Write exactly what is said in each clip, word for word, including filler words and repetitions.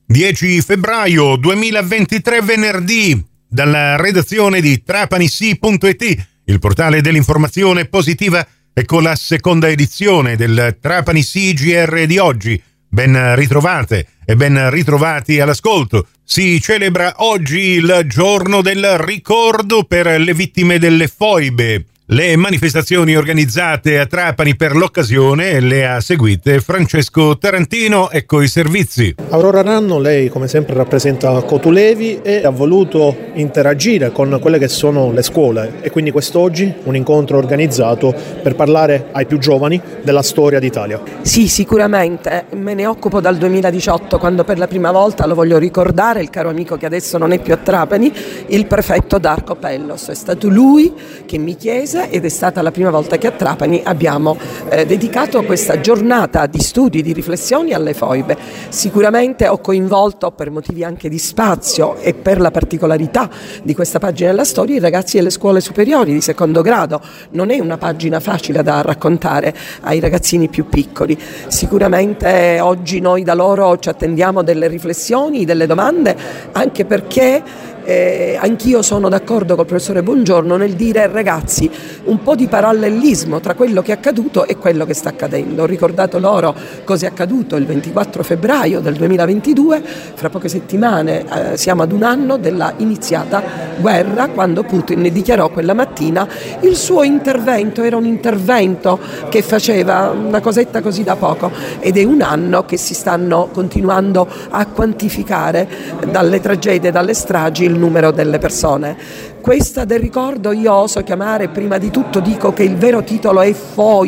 dieci febbraio duemilaventitré, venerdì, dalla redazione di Trapanissi punto it, il portale dell'informazione positiva, ecco la seconda edizione del Trapanissi G R di oggi. Ben ritrovate e ben ritrovati all'ascolto. Si celebra oggi il giorno del ricordo per le vittime delle foibe. Le manifestazioni organizzate a Trapani per l'occasione le ha seguite Francesco Tarantino. Ecco i servizi. Aurora Ranno, lei come sempre rappresenta Cotulevi e ha voluto interagire con quelle che sono le scuole e quindi quest'oggi un incontro organizzato per parlare ai più giovani della storia d'Italia. Sì, sicuramente. Me ne occupo dal duemiladiciotto, quando per la prima volta, lo voglio ricordare, il caro amico che adesso non è più a Trapani, il prefetto Darco Pellos. È stato lui che mi chiese, ed è stata la prima volta che a Trapani abbiamo eh, dedicato questa giornata di studi, di riflessioni alle foibe. Sicuramente ho coinvolto, per motivi anche di spazio e per la particolarità di questa pagina della storia, i ragazzi delle scuole superiori di secondo grado. Non è una pagina facile da raccontare ai ragazzini più piccoli. Sicuramente oggi noi da loro ci attendiamo delle riflessioni, delle domande, anche perché Eh, anch'io sono d'accordo col professore Bongiorno nel dire, ragazzi, un po' di parallelismo tra quello che è accaduto e quello che sta accadendo. Ho ricordato loro cosa è accaduto il ventiquattro febbraio del duemilaventidue, fra poche settimane eh, siamo ad un anno della iniziata guerra, quando Putin dichiarò quella mattina il suo intervento. Era un intervento che faceva una cosetta così da poco, ed è un anno che si stanno continuando a quantificare dalle tragedie, dalle stragi, il numero delle persone. Questa del ricordo io oso chiamare, prima di tutto dico che il vero titolo è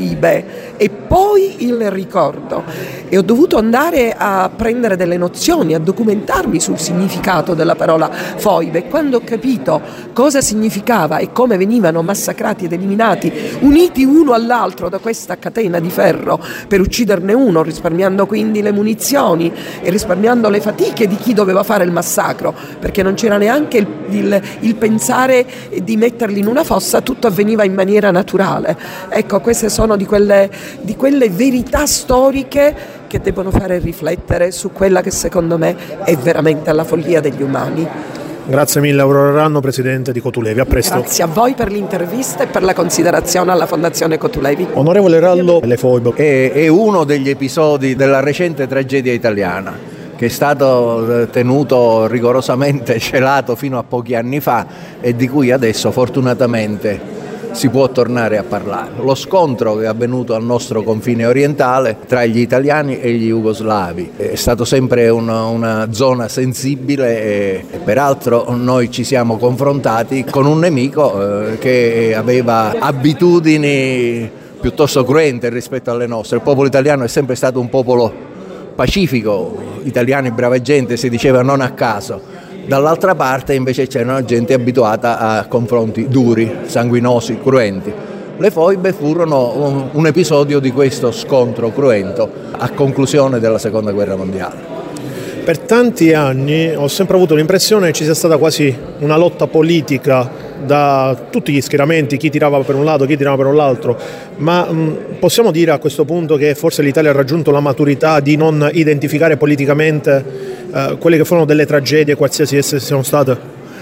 Foibe e poi il ricordo, e ho dovuto andare a prendere delle nozioni, a documentarmi sul significato della parola foibe. Quando ho capito cosa significava e come venivano massacrati ed eliminati, uniti uno all'altro da questa catena di ferro per ucciderne uno, risparmiando quindi le munizioni e risparmiando le fatiche di chi doveva fare il massacro, perché non c'era neanche il, il, il pensare di metterli in una fossa, tutto avveniva in maniera naturale. Ecco, queste sono di quelle, di quelle verità storiche che devono fare riflettere su quella che secondo me è veramente la follia degli umani. Grazie mille Aurora Ranno, presidente di Cotulevi. A presto. Grazie a voi per l'intervista e per la considerazione alla Fondazione Cotulevi. Onorevole Rallo, le foibe è, è uno degli episodi della recente tragedia italiana, che è stato tenuto rigorosamente celato fino a pochi anni fa e di cui adesso fortunatamente si può tornare a parlare. Lo scontro che è avvenuto al nostro confine orientale tra gli italiani e gli jugoslavi è stato sempre una, una zona sensibile e, e peraltro noi ci siamo confrontati con un nemico eh, che aveva abitudini piuttosto cruente rispetto alle nostre. Il popolo italiano è sempre stato un popolo pacifico, italiani brava gente, si diceva non a caso. Dall'altra parte invece c'era gente abituata a confronti duri, sanguinosi, cruenti. Le foibe furono un, un episodio di questo scontro cruento a conclusione della seconda guerra mondiale. Per tanti anni ho sempre avuto l'impressione che ci sia stata quasi una lotta politica da tutti gli schieramenti, chi tirava per un lato, chi tirava per l'altro, ma mh, possiamo dire a questo punto che forse l'Italia ha raggiunto la maturità di non identificare politicamente eh, quelle che furono delle tragedie, qualsiasi esse siano state?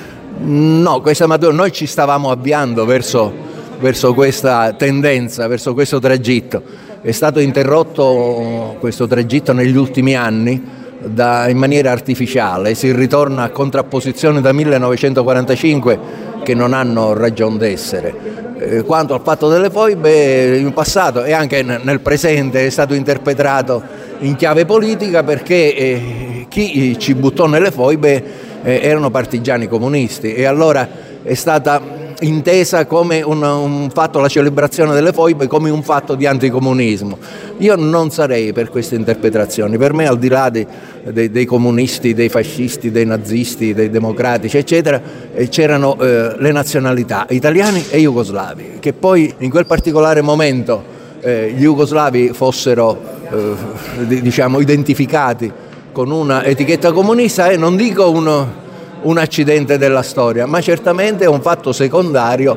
No, questa maturità, noi ci stavamo avviando verso, verso questa tendenza, verso questo tragitto. È stato interrotto questo tragitto negli ultimi anni da, in maniera artificiale, si ritorna a contrapposizioni da millenovecentoquarantacinque che non hanno ragion d'essere. Eh, quanto al fatto delle foibe, in passato e anche nel presente è stato interpretato in chiave politica, perché eh, chi ci buttò nelle foibe eh, erano partigiani comunisti, e allora è stata intesa come un, un fatto, la celebrazione delle foibe come un fatto di anticomunismo. Io non sarei per queste interpretazioni. Per me, al di là dei, dei, dei comunisti, dei fascisti, dei nazisti, dei democratici eccetera, eh, c'erano eh, le nazionalità italiani e jugoslavi, che poi in quel particolare momento eh, gli jugoslavi fossero eh, diciamo identificati con una etichetta comunista, e non dico uno un accidente della storia, ma certamente è un fatto secondario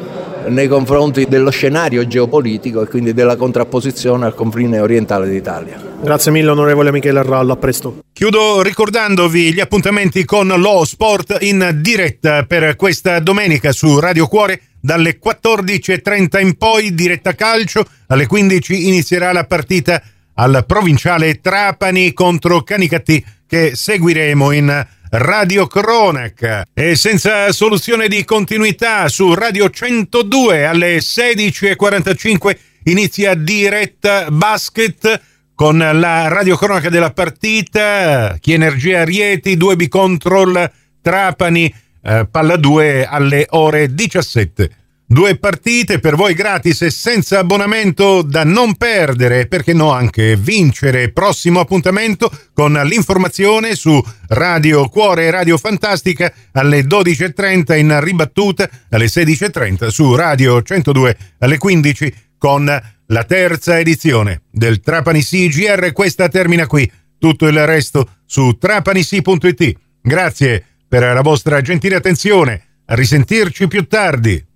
nei confronti dello scenario geopolitico e quindi della contrapposizione al confine orientale d'Italia. Grazie mille onorevole Michele Arrallo, a presto. Chiudo ricordandovi gli appuntamenti con lo sport in diretta per questa domenica su Radio Cuore dalle quattordici e trenta in poi, diretta calcio. Alle quindici inizierà la partita al provinciale Trapani contro Canicattì che seguiremo in Radio Cronaca. E senza soluzione di continuità su Radio centodue alle sedici e quarantacinque inizia diretta basket con la Radio Cronaca della partita, Chi Energia Rieti, due B Control Trapani, eh, Palla due alle ore diciassette. Due partite per voi gratis e senza abbonamento da non perdere, perché no anche vincere. Prossimo appuntamento con l'informazione su Radio Cuore e Radio Fantastica alle dodici e trenta, in ribattuta alle sedici e trenta su Radio centodue alle quindici con la terza edizione del Trapani Sì G R. Questa termina qui, tutto il resto su trapanisi punto it. Grazie per la vostra gentile attenzione, a risentirci più tardi.